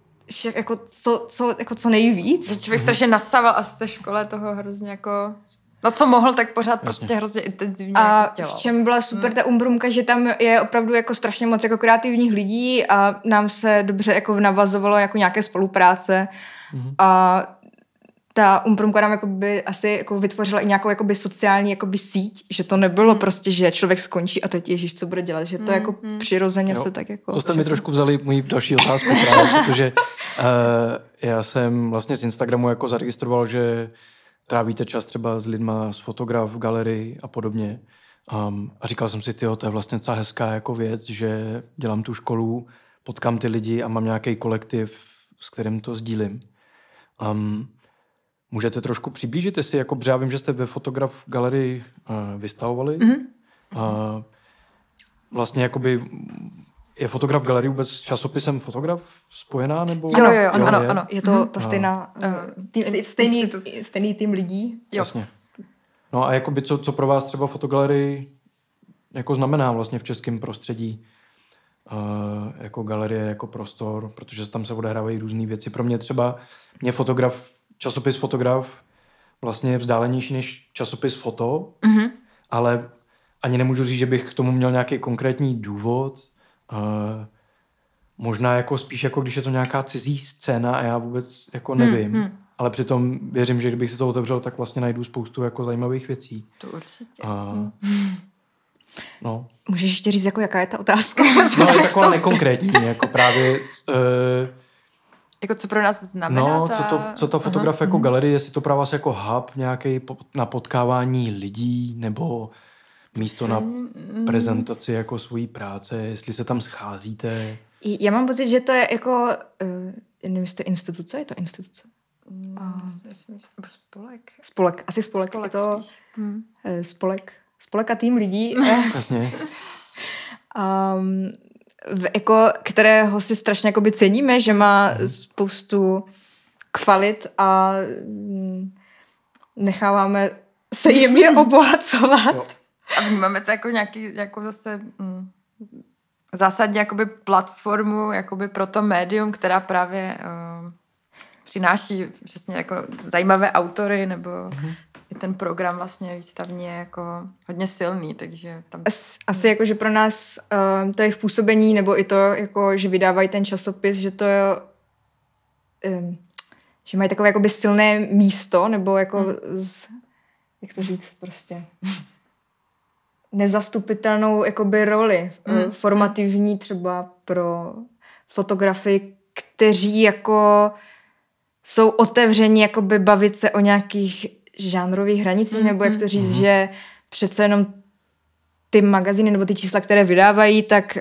co nejvíc. Člověk strašně nasával a z té škole toho hrozně jako... No co mohl, tak pořád prostě hrozně intenzivně a jako dělal. V čem byla super ta Umbrumka, že tam je opravdu jako strašně moc jako kreativních lidí a nám se dobře jako navazovalo jako nějaké spolupráce a ta Umbrumka nám jakoby asi jako vytvořila i nějakou jakoby sociální jakoby síť, že to nebylo prostě, že člověk skončí a teď ježiš, co bude dělat, že to jako přirozeně se tak jako... To jste mi trošku vzali můj další otázku právě, protože já jsem vlastně z Instagramu jako zaregistroval, že trávíte čas třeba s lidma z fotograf v galerii a podobně. A říkal jsem si, to je vlastně docela hezká jako věc, že dělám tu školu, potkám ty lidi a mám nějaký kolektiv, s kterým to sdílím. Můžete trošku přiblížit, jestli, jako, já vím, že jste ve fotograf galerii vystavovali. Vlastně jakoby je fotograf galerie vůbec s časopisem Fotograf spojená? Nebo... Ano. Je to ta stejná, stejný tým lidí. Jasně. No a jakoby co pro vás třeba fotogalerii jako znamená vlastně v českém prostředí jako galerie, jako prostor, protože tam se odehrávají různé věci. Pro mě třeba, časopis Fotograf vlastně je vzdálenější než časopis Foto, ale ani nemůžu říct, že bych k tomu měl nějaký konkrétní důvod. Možná jako spíš jako když je to nějaká cizí scéna a já vůbec jako nevím. Ale přitom věřím, že kdybych se to otevřel, tak vlastně najdu spoustu jako zajímavých věcí. To určitě. No. Můžeš ještě říct, jako jaká je ta otázka? No, je taková nekonkrétní, jako právě... Jako co pro nás znamená no, co ta fotograf jako galerie, jestli to pro vás jako hub nějaký na potkávání lidí, nebo místo na prezentaci jako svojí práce, jestli se tam scházíte. Já mám pocit, že to je jako, nevím, jestli to je instituce? Je to instituce? Spolek. Asi spolek. Je to spolek a tým lidí. Jasně. Jako, kterého si strašně jakoby ceníme, že má spoustu kvalit a necháváme se jim obohacovat. A máme to jako nějaký, jako zase zásadně jakoby platformu jakoby pro to médium, která právě přináší přesně jako zajímavé autory, nebo i ten program vlastně výstavní je jako hodně silný, takže tam... Asi jako, že pro nás to jejich působení, nebo i to, jako, že vydávají ten časopis, že to je, že mají takové jakoby silné místo, nebo jako jak to říct prostě... nezastupitelnou jakoby roli, formativní třeba pro fotografy, kteří jako jsou otevření jakoby bavit se o nějakých žánrových hranicích, nebo jak to říct, že přece jenom ty magazíny nebo ty čísla, které vydávají, tak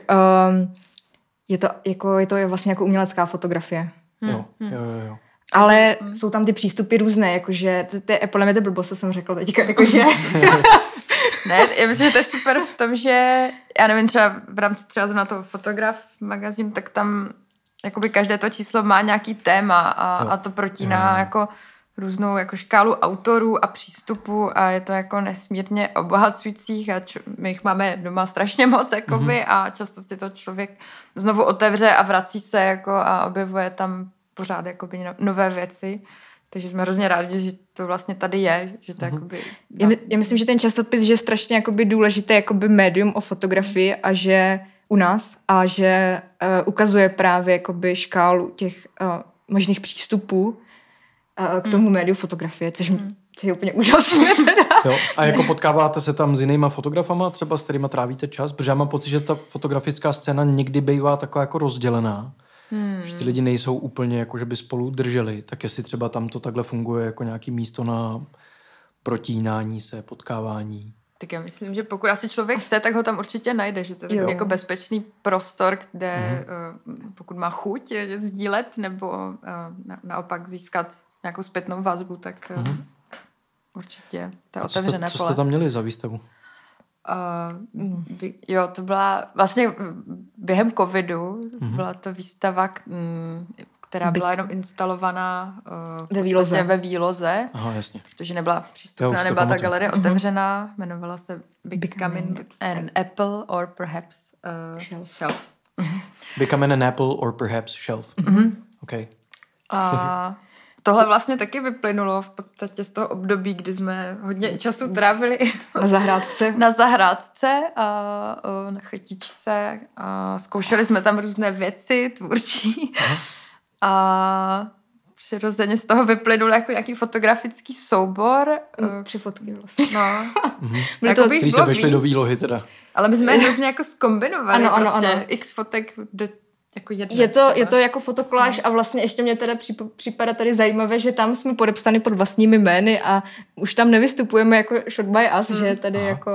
je to vlastně jako umělecká fotografie. Jo. Ale jsou tam ty přístupy různé, jakože, to je podle mě to blbost, co jsem řekla teďka, jakože... Ne, já myslím, že to je super v tom, že já nevím, třeba v rámci třeba na to Fotograf magazín, tak tam jakoby každé to číslo má nějaký téma a to protíná jako různou jako škálu autorů a přístupů a je to jako nesmírně obohacujících a my jich máme doma strašně moc jakoby a často si to člověk znovu otevře a vrací se jako a objevuje tam pořád jakoby nové věci. Takže jsme hrozně rádi, že to vlastně tady je. Že to jakoby, já myslím, že ten časopis že je strašně jakoby důležité jakoby médium o fotografii a že u nás a že ukazuje právě jakoby škálu těch možných přístupů k tomu médiu fotografie, což je úplně úžasné teda. Jo. A jako potkáváte se tam s jinýma fotografama, třeba s kterýma trávíte čas? Protože já mám pocit, že ta fotografická scéna někdy bývá taková jako rozdělená. Že ty lidi nejsou úplně jako, že by spolu drželi. Tak jestli třeba tam to takhle funguje jako nějaký místo na protínání se, potkávání. Tak já myslím, že pokud asi člověk chce, tak ho tam určitě najde, že to je jako bezpečný prostor, kde pokud má chuť sdílet nebo naopak získat nějakou zpětnou vazbu, tak určitě to je otevřené pole. Co jste tam měli za výstavu? Jo, to byla vlastně během covidu, byla to výstava, která byla jenom instalovaná ve výloze. Aha, jasně. Protože nebyla přístupná, nebyla ta galerie otevřená, jmenovala se Becoming an Apple or perhaps Shelf. Becoming an Apple or perhaps Shelf. Okay. A tohle vlastně taky vyplynulo v podstatě z toho období, kdy jsme hodně času trávili na zahrádce a na chatičce a zkoušeli jsme tam různé věci tvůrčí. A přirozeně z toho vyplynul jako nějaký fotografický soubor. 3 fotky vlastně. No. Který se vešly do výlohy teda. Ale my jsme hrozně jako zkombinovali ano. X fotek do jako jedna. Je to jako fotokoláž a vlastně ještě mě teda připadá tady zajímavé, že tam jsme podepsány pod vlastními jmény a už tam nevystupujeme jako Shot by Us, že tady jako...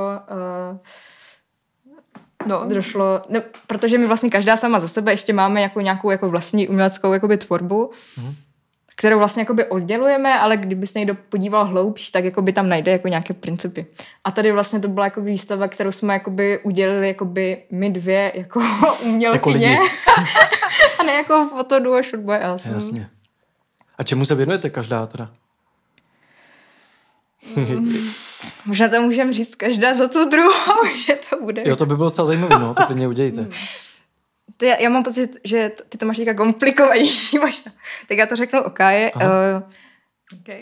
došlo, protože my vlastně každá sama za sebe ještě máme jako nějakou jako vlastní uměleckou jakoby tvorbu, kterou vlastně jakoby oddělujeme, ale kdyby se někdo podíval hloubš, tak jakoby tam najde jako nějaké principy. A tady vlastně to byla jako výstava, kterou jsme jakoby udělili jakoby my dvě jako umělkyně. Jako a ne jako fotoduo Shot by Us. Jasně. A čemu se věnujete každá teda? Možná to můžeme říct každá za tu druhou, že to bude. Jo, to by bylo docela zajímavé, no, to klidně udějte. Já mám pocit, že ty to máš teďka komplikovanější možná. Tak já to řeknu o Káje. Okay.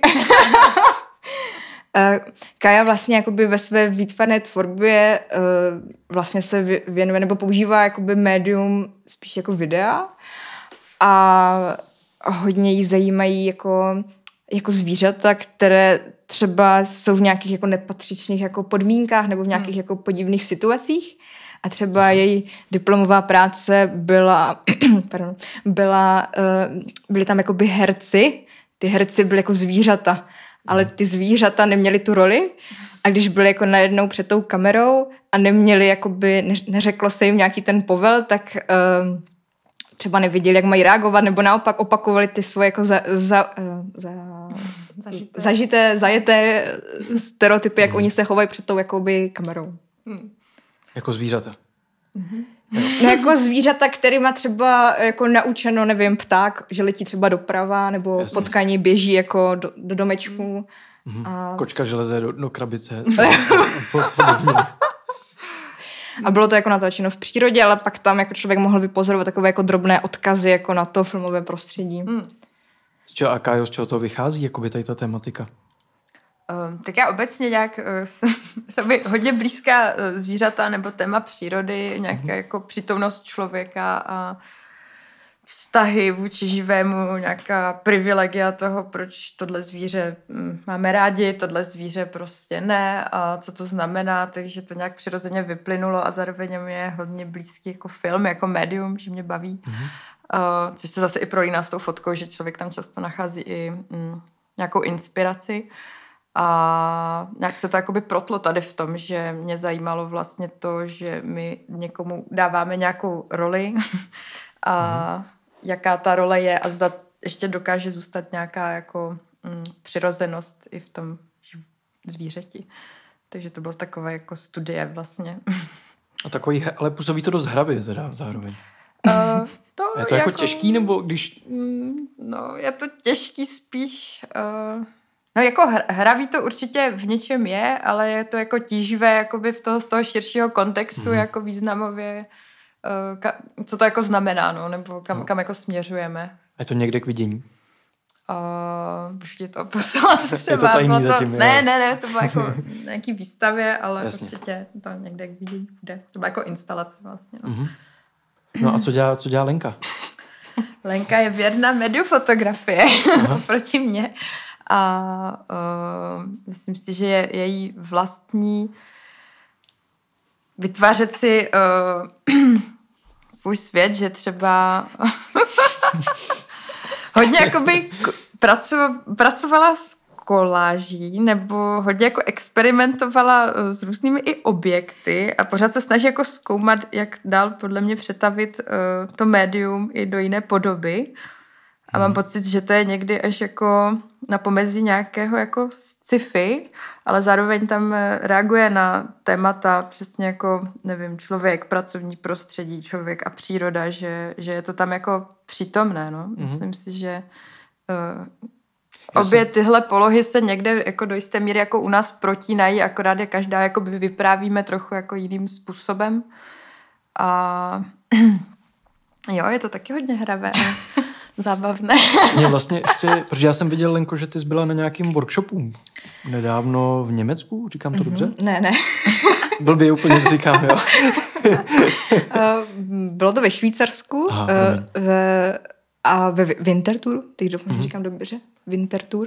Kája vlastně jakoby ve své výtvarné tvorbě vlastně se věnuje nebo používá jakoby médium spíš jako videa a hodně jí zajímají jako zvířata, které třeba jsou v nějakých jako nepatřičných jako podmínkách nebo v nějakých jako podivných situacích. A třeba její diplomová práce byly tam jakoby herci. Ty herci byly jako zvířata, ale ty zvířata neměly tu roli. A když byly jako najednou před tou kamerou a neměli jakoby, neřeklo se jim nějaký ten povel, tak třeba nevěděli, jak mají reagovat, nebo naopak opakovali ty svoje jako zajeté stereotypy, jak oni se chovají před tou jakoby kamerou. Jako zvířata. No jako zvířata, kterýma třeba jako naučeno, nevím, pták, že letí třeba doprava, nebo potkaní běží jako do domečku. A... Kočka, že leze do krabice. A bylo to jako natočeno v přírodě, ale pak tam jako člověk mohl vypozorovat takové jako drobné odkazy jako na to filmové prostředí. Z čeho, Kájo, z čeho to vychází, jakoby tady ta tematika? Tak já obecně nějak jsem hodně blízká zvířata nebo téma přírody, nějaká jako přítomnost člověka a vztahy vůči živému, nějaká privilegia toho, proč tohle zvíře máme rádi, tohle zvíře prostě ne a co to znamená, takže to nějak přirozeně vyplynulo a zároveň mi je hodně blízký jako film, jako médium, že mě baví. Což se zase i prolíná s tou fotkou, že člověk tam často nachází i nějakou inspiraci. A nějak se to jakoby protlo tady v tom, že mě zajímalo vlastně to, že my někomu dáváme nějakou roli a jaká ta role je a zda ještě dokáže zůstat nějaká jako přirozenost i v tom zvířeti. Takže to bylo takové jako studie vlastně. A takový, ale působí to dost hravě teda zároveň. Je to jako těžký, nebo když... No, je to těžký spíš... No jako hravý to určitě v něčem je, ale je to jako tíživé jakoby z toho širšího kontextu jako významově, co to jako znamená, no, nebo kam jako směřujeme. Je to někde k vidění? Můžu ti to poslat třeba. Je to tajný zatím, ne, to bylo jako nějaký výstavě, ale určitě to někde k vidění bude. To byla jako instalace vlastně. No, No a co dělá Lenka? Lenka je věrná médiu fotografie proti mně. A myslím si, že je její vlastní vytvářet si svůj svět, že třeba hodně jakoby pracovala s koláží nebo hodně jako experimentovala s různými i objekty a pořád se snaží jako zkoumat, jak dál podle mě přetavit to médium i do jiné podoby. A mám pocit, že to je někdy až jako na pomezí nějakého jako sci-fi, ale zároveň tam reaguje na témata přesně jako, nevím, člověk, pracovní prostředí, člověk a příroda, že je to tam jako přítomné, no. Myslím si, že obě tyhle polohy se někde jako do jisté míry jako u nás protínají, akorát je každá jako by vyprávíme trochu jako jiným způsobem. A jo, je to taky hodně hravé a zábavné. Mě vlastně ještě, protože já jsem viděl, Lenko, že ty jsi byla na nějakým workshopu nedávno v Německu, říkám to dobře? Ne. Blbě úplně říkám, jo. Bylo to ve Švýcarsku a ve Winterthur, teď doufám, že říkám dobře, Winterthur.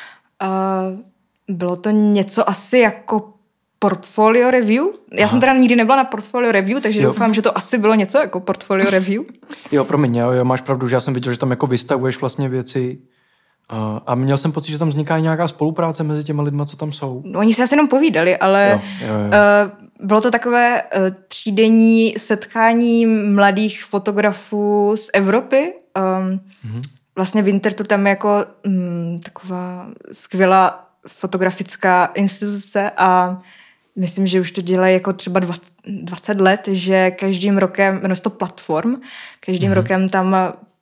Bylo to něco asi jako portfolio review. Já jsem teda nikdy nebyla na portfolio review, takže doufám, že to asi bylo něco jako portfolio review. Jo, promiň, jo, máš pravdu, že já jsem viděl, že tam jako vystavuješ vlastně věci a měl jsem pocit, že tam vzniká nějaká spolupráce mezi těma lidma, co tam jsou. No, oni se asi jenom povídali, ale jo. Bylo to takové třídenní setkání mladých fotografů z Evropy. Vlastně Winterthur tam je jako taková skvělá fotografická instituce a myslím, že už to dělají jako třeba 20 let, že každým rokem, jmenuje se to Platform, každým rokem tam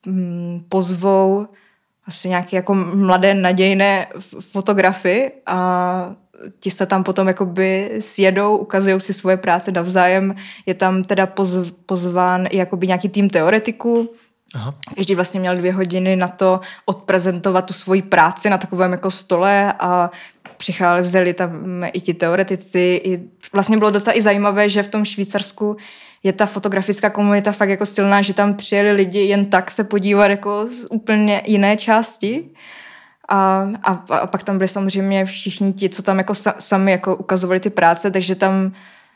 pozvou asi nějaké jako mladé nadějné fotografy a ti se tam potom jakoby sjedou, ukazují si svoje práce navzájem. Je tam teda pozván i jakoby nějaký tým teoretiků. Aha. Každý vlastně měl 2 hodiny na to odprezentovat tu svoji práci na takovém jako stole a přicházeli tam i ti teoretici. Vlastně bylo docela i zajímavé, že v tom Švýcarsku je ta fotografická komunita fakt jako silná, že tam přijeli lidi jen tak se podívat jako z úplně jiné části. A pak tam byli samozřejmě všichni ti, co tam jako sami jako ukazovali ty práce, takže tam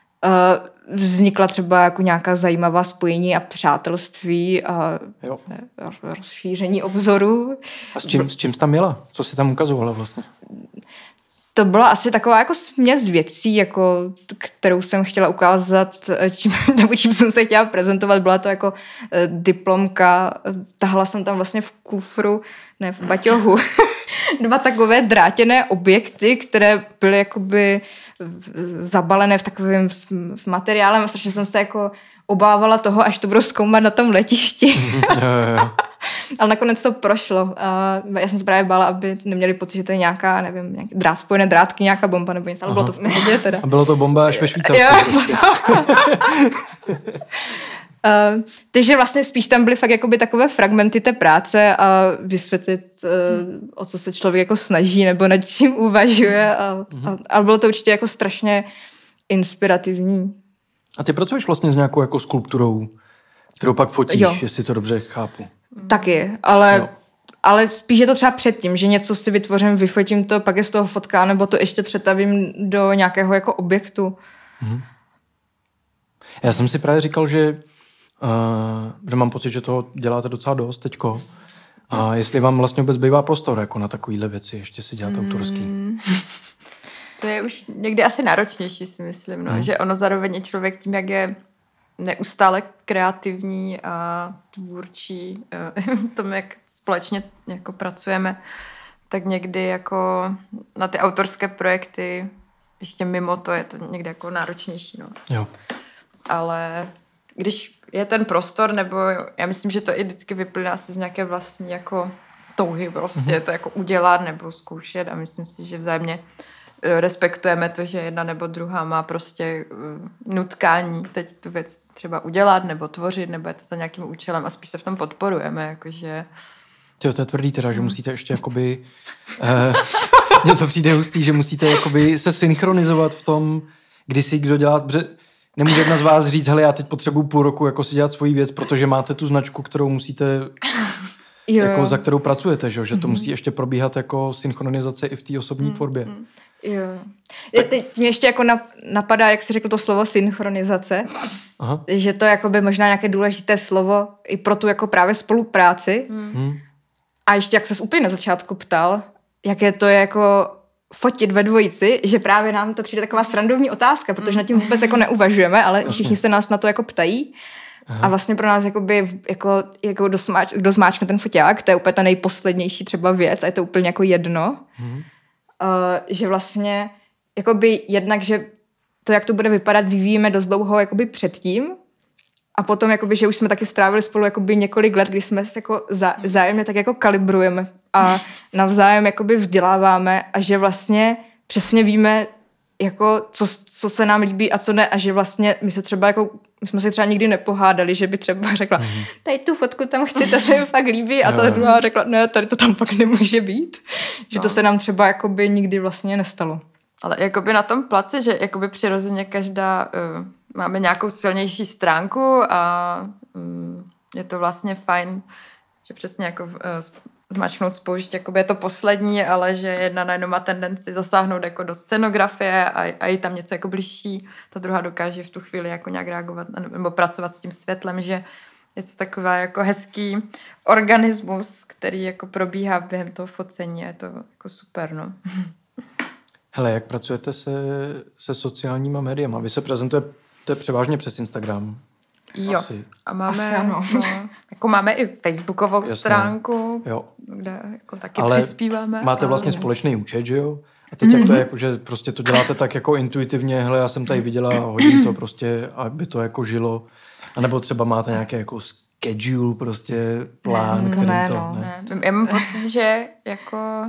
vznikla třeba jako nějaká zajímavá spojení a přátelství a rozšíření obzoru. A s čím jsi tam jela? Co jsi tam ukazovala vlastně? To byla asi taková jako směs věcí, jako, kterou jsem chtěla ukázat, čím jsem se chtěla prezentovat. Byla to jako diplomka, tahla jsem tam vlastně v kufru, ne v baťohu, 2 takové drátěné objekty, které byly jakoby zabalené v takovém materiálem a strašně jsem se jako obávala toho, až to budu zkoumat na tom letišti. Ale nakonec to prošlo. Já jsem se právě bála, aby neměli pocit, že to je nějaká, nevím, spojené drátky, nějaká bomba nebo něco, ale bylo to v pohodě teda. A bylo to bomba až ve Švýcarsku. Takže vlastně spíš tam byly fakt jakoby takové fragmenty té práce a vysvětlit, o co se člověk jako snaží nebo nad čím uvažuje. A bylo to určitě jako strašně inspirativní. A ty pracuješ vlastně s nějakou jako skulpturou, kterou pak fotíš, jestli to dobře chápu. Taky, ale spíš je to třeba předtím, že něco si vytvořím, vyfotím to, pak je z toho fotka, nebo to ještě přetavím do nějakého jako objektu. Já jsem si právě říkal, že mám pocit, že toho děláte docela dost teďko. A jestli vám vlastně vůbec bývá prostor jako na takovýhle věci, ještě si dělat autorský. To je už někdy asi náročnější, si myslím, no? Že ono zároveň je člověk tím, jak je neustále kreativní a tvůrčí tom, jak společně jako pracujeme, tak někdy jako na ty autorské projekty ještě mimo to je to někdy jako náročnější. No. Jo. Ale když je ten prostor, nebo já myslím, že to i vždycky vyplyne asi z nějaké vlastní jako touhy prostě to jako udělat nebo zkoušet a myslím si, že vzájemně respektujeme to, že jedna nebo druhá má prostě nutkání teď tu věc třeba udělat nebo tvořit, nebo je to za nějakým účelem a spíš se v tom podporujeme, jakože... Jo, to je tvrdý teda, že musíte ještě jakoby... mně to přijde hustý, že musíte jakoby se synchronizovat v tom, kdy si kdo dělá... Nemůže jedna z vás říct, hele, já teď potřebuju půl roku jako si dělat svoji věc, protože máte tu značku, kterou musíte, jako za kterou pracujete, že to musí ještě probíhat jako synchronizace i v té osobní tvorbě. Jo. Teď mě ještě jako napadá, jak jsi řekl to slovo synchronizace, Aha. že to je jakoby možná nějaké důležité slovo i pro tu jako právě spolupráci. A ještě jak ses úplně na začátku ptal, jaké to je jako fotit ve dvojici, že právě nám to přijde taková srandovní otázka, protože nad tím vůbec jako neuvažujeme, ale všichni se nás na to jako ptají. Aha. A vlastně pro nás jakoby, jako kdo zmáčkne ten foťák, to je úplně ta nejposlednější třeba věc a je to úplně jako jedno. Že vlastně jakoby jednak, že to, jak to bude vypadat, vyvíjíme dost dlouho jakoby předtím a potom, jakoby, že už jsme taky strávili spolu jakoby několik let, kdy jsme se jako vzájemně tak jako kalibrujeme a navzájem jakoby vzděláváme a že vlastně přesně víme, jako, co se nám líbí a co ne a že vlastně my jsme se třeba nikdy nepohádali, že by třeba řekla, tady tu fotku tam chci, to se mi fakt líbí a ta druhá řekla, ne, tady to tam fakt nemůže být. Že to se nám třeba jakoby nikdy vlastně nestalo. Ale jakoby na tom placi, že jakoby přirozeně každá máme nějakou silnější stránku a je to vlastně fajn, že přesně jako zmačknout spoušť, jakoby je to poslední, ale že jedna najednou má tendenci zasáhnout jako do scenografie a je tam něco jako bližší, ta druhá dokáže v tu chvíli jako nějak reagovat nebo pracovat s tím světlem, že je to taková jako hezký organismus, který jako probíhá během toho focení a je to jako super, no. Hele, jak pracujete se sociálníma médiama? Vy se prezentujete převážně přes Instagram. Jo, Asi. a máme, ano. jako máme i facebookovou stránku, kde jako taky ale přispíváme. máte vlastně společný účet, že jo? A teď jak to je, jako, že prostě to děláte tak jako intuitivně, hele, já jsem tady viděla, hodím to prostě, aby to jako žilo. A nebo třeba máte nějaký jako schedule, prostě plán, kterým to... Ne. Já mám pocit, že jako...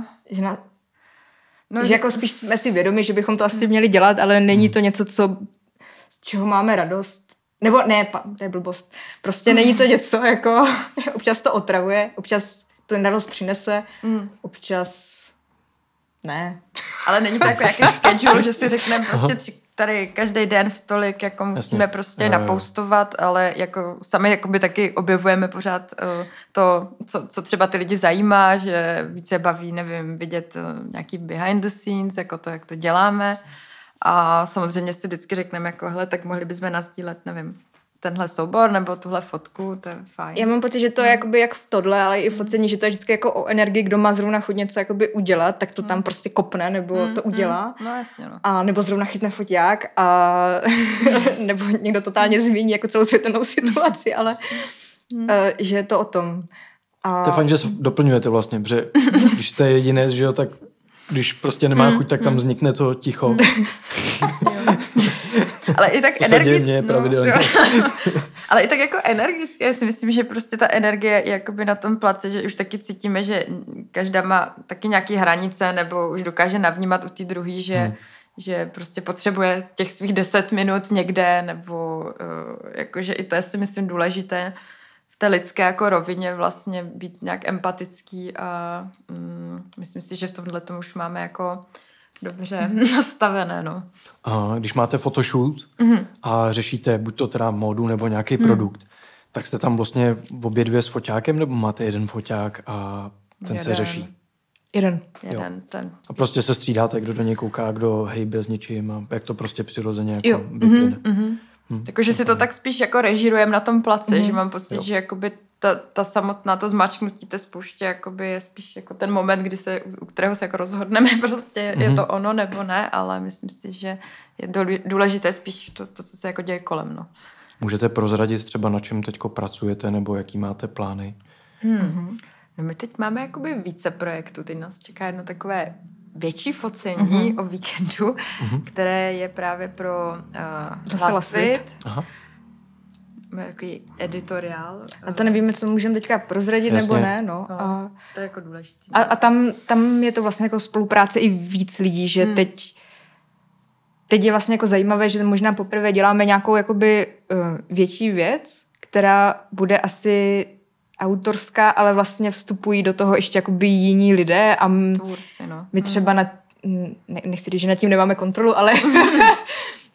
Že jako spíš jsme si vědomi, že bychom to asi měli dělat, ale není to něco, z čeho máme radost. Nebo ne, to je blbost. Prostě není to něco, jako občas to otravuje, občas to radost přinese, občas ne. Ale není to jako jaký schedule, že si řekneme prostě tady každý den v tolik, jako musíme prostě napoustovat, ale jako sami jakoby taky objevujeme pořád to, co třeba ty lidi zajímá, že více baví, nevím, vidět nějaký behind the scenes, jako to, jak to děláme. A samozřejmě si vždycky řekneme, jako hele, tak mohli bychom nasdílet, nevím, tenhle soubor nebo tuhle fotku, to je fajn. Já mám pocit, že to je jakoby jak v tohle, ale i v focení, že to je vždycky jako o energii, kdo má zrovna chuť něco jakoby udělat, tak to tam prostě kopne nebo to udělá. No jasně, no. A nebo zrovna chytne foťák a nebo někdo totálně změní jako celou světelnou situaci, ale že je to o tom. To je fajn, že se doplňujete vlastně, protože když jste jediné, že jo, tak když prostě nemá chuť, tak tam vznikne to ticho. Ale i tak to se děje mně pravidelně. Ale i tak jako energicky, já si myslím, že prostě ta energie je jakoby na tom place, že už taky cítíme, že každá má taky nějaké hranice, nebo už dokáže navnímat u té druhý, že prostě potřebuje těch svých 10 minut někde, nebo jakože i to je si myslím důležité v té lidské jako rovině vlastně být nějak empatický a myslím si, že v tomhle tomu už máme jako dobře nastavené, no. A když máte photoshoot a řešíte buď to teda módu nebo nějaký produkt, tak jste tam vlastně obě dvě s foťákem, nebo máte jeden foťák a ten se řeší? Jeden ten. A prostě se střídáte, kdo do něj kouká, kdo hejbe s něčím a jak to prostě přirozeně jako vyplyne. Takže si to tak spíš jako režírujeme na tom place, že mám pocit, že jakoby ta samotná to zmáčknutí té spouště jakoby je spíš jako ten moment, u kterého se jako rozhodneme prostě, je to ono nebo ne, ale myslím si, že je důležité spíš to co se jako děje kolem, no. Můžete prozradit třeba, na čem teďko pracujete nebo jaký máte plány? No my teď máme jakoby více projektů, teď nás čeká jedno takové větší focení o víkendu, které je právě pro Hlasvit. Jaký editoriál. A to nevíme, co můžeme teďka prozradit, nebo ne. No. To je jako důležité. A tam je to vlastně jako spolupráce i víc lidí, že teď je vlastně jako zajímavé, že možná poprvé děláme nějakou jakoby větší věc, která bude asi autorská, ale vlastně vstupují do toho ještě jakoby jiní lidé a tvůrci, no. My třeba nechci říct, že nad tím nemáme kontrolu, ale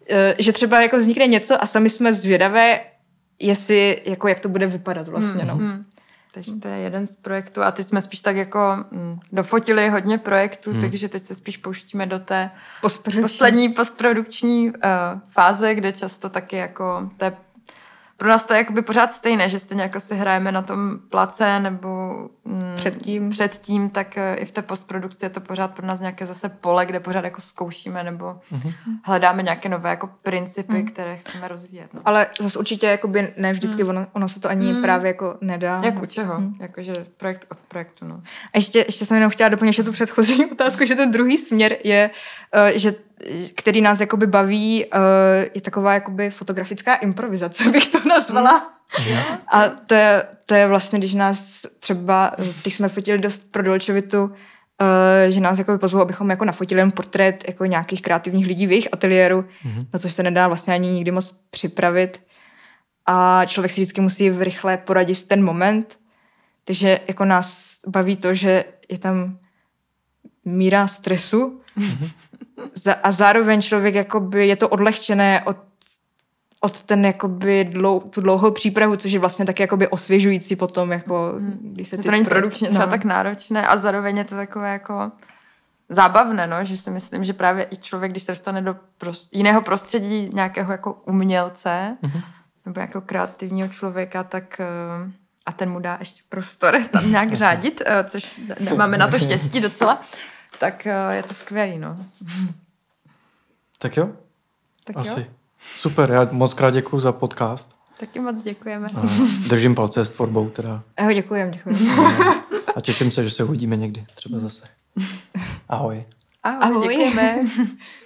že třeba jako vznikne něco a sami jsme zvědavé, jestli, jako jak to bude vypadat vlastně, no. Takže to je jeden z projektů a teď jsme spíš tak jako dofotili hodně projektů, takže teď se spíš pouštíme do té poslední postprodukční fáze, kde často taky jako pro nás to je jakoby pořád stejné, že stejně jako si hrajeme na tom place nebo předtím, tak i v té postprodukci je to pořád pro nás nějaké zase pole, kde pořád jako zkoušíme nebo hledáme nějaké nové jako principy, které chceme rozvíjet. No. Ale zase určitě jakoby ne vždycky ono se to ani právě jako nedá. Jak u čeho? Jakože projekt od projektu, no. A ještě jsem jenom chtěla doplnit tu předchozí otázku, že ten druhý směr je, že který nás jakoby baví, je taková jakoby fotografická improvizace, bych to nazvala. A to je vlastně, když nás třeba, když jsme fotili dost pro Dolčovitu, že nás jakoby pozvou, abychom jako nafotili jen portrét jako nějakých kreativních lidí v jejich ateliéru, na což se nedá vlastně ani nikdy moc připravit. A člověk si vždycky musí rychle poradit v ten moment. Takže jako nás baví to, že je tam míra stresu, a zároveň člověk jakoby je to odlehčené od ten jakoby tu dlouhou přípravu, což je vlastně taky jakoby osvěžující potom, jako když se to není produkčně třeba tak náročné a zároveň je to takové jako zábavné, no, že si myslím, že právě i člověk, když se dostane do jiného prostředí nějakého jako umělce nebo jako kreativního člověka, tak a ten mu dá ještě prostor tam nějak řádit, což máme na to štěstí docela, tak je to skvělý, no. Tak jo? Asi. Jo? Super, já moc krát děkuju za podcast. Taky moc děkujeme. Držím palce s tvorbou teda. Děkujem. A těším se, že se uvidíme někdy, třeba zase. Ahoj. Ahoj. Děkujeme.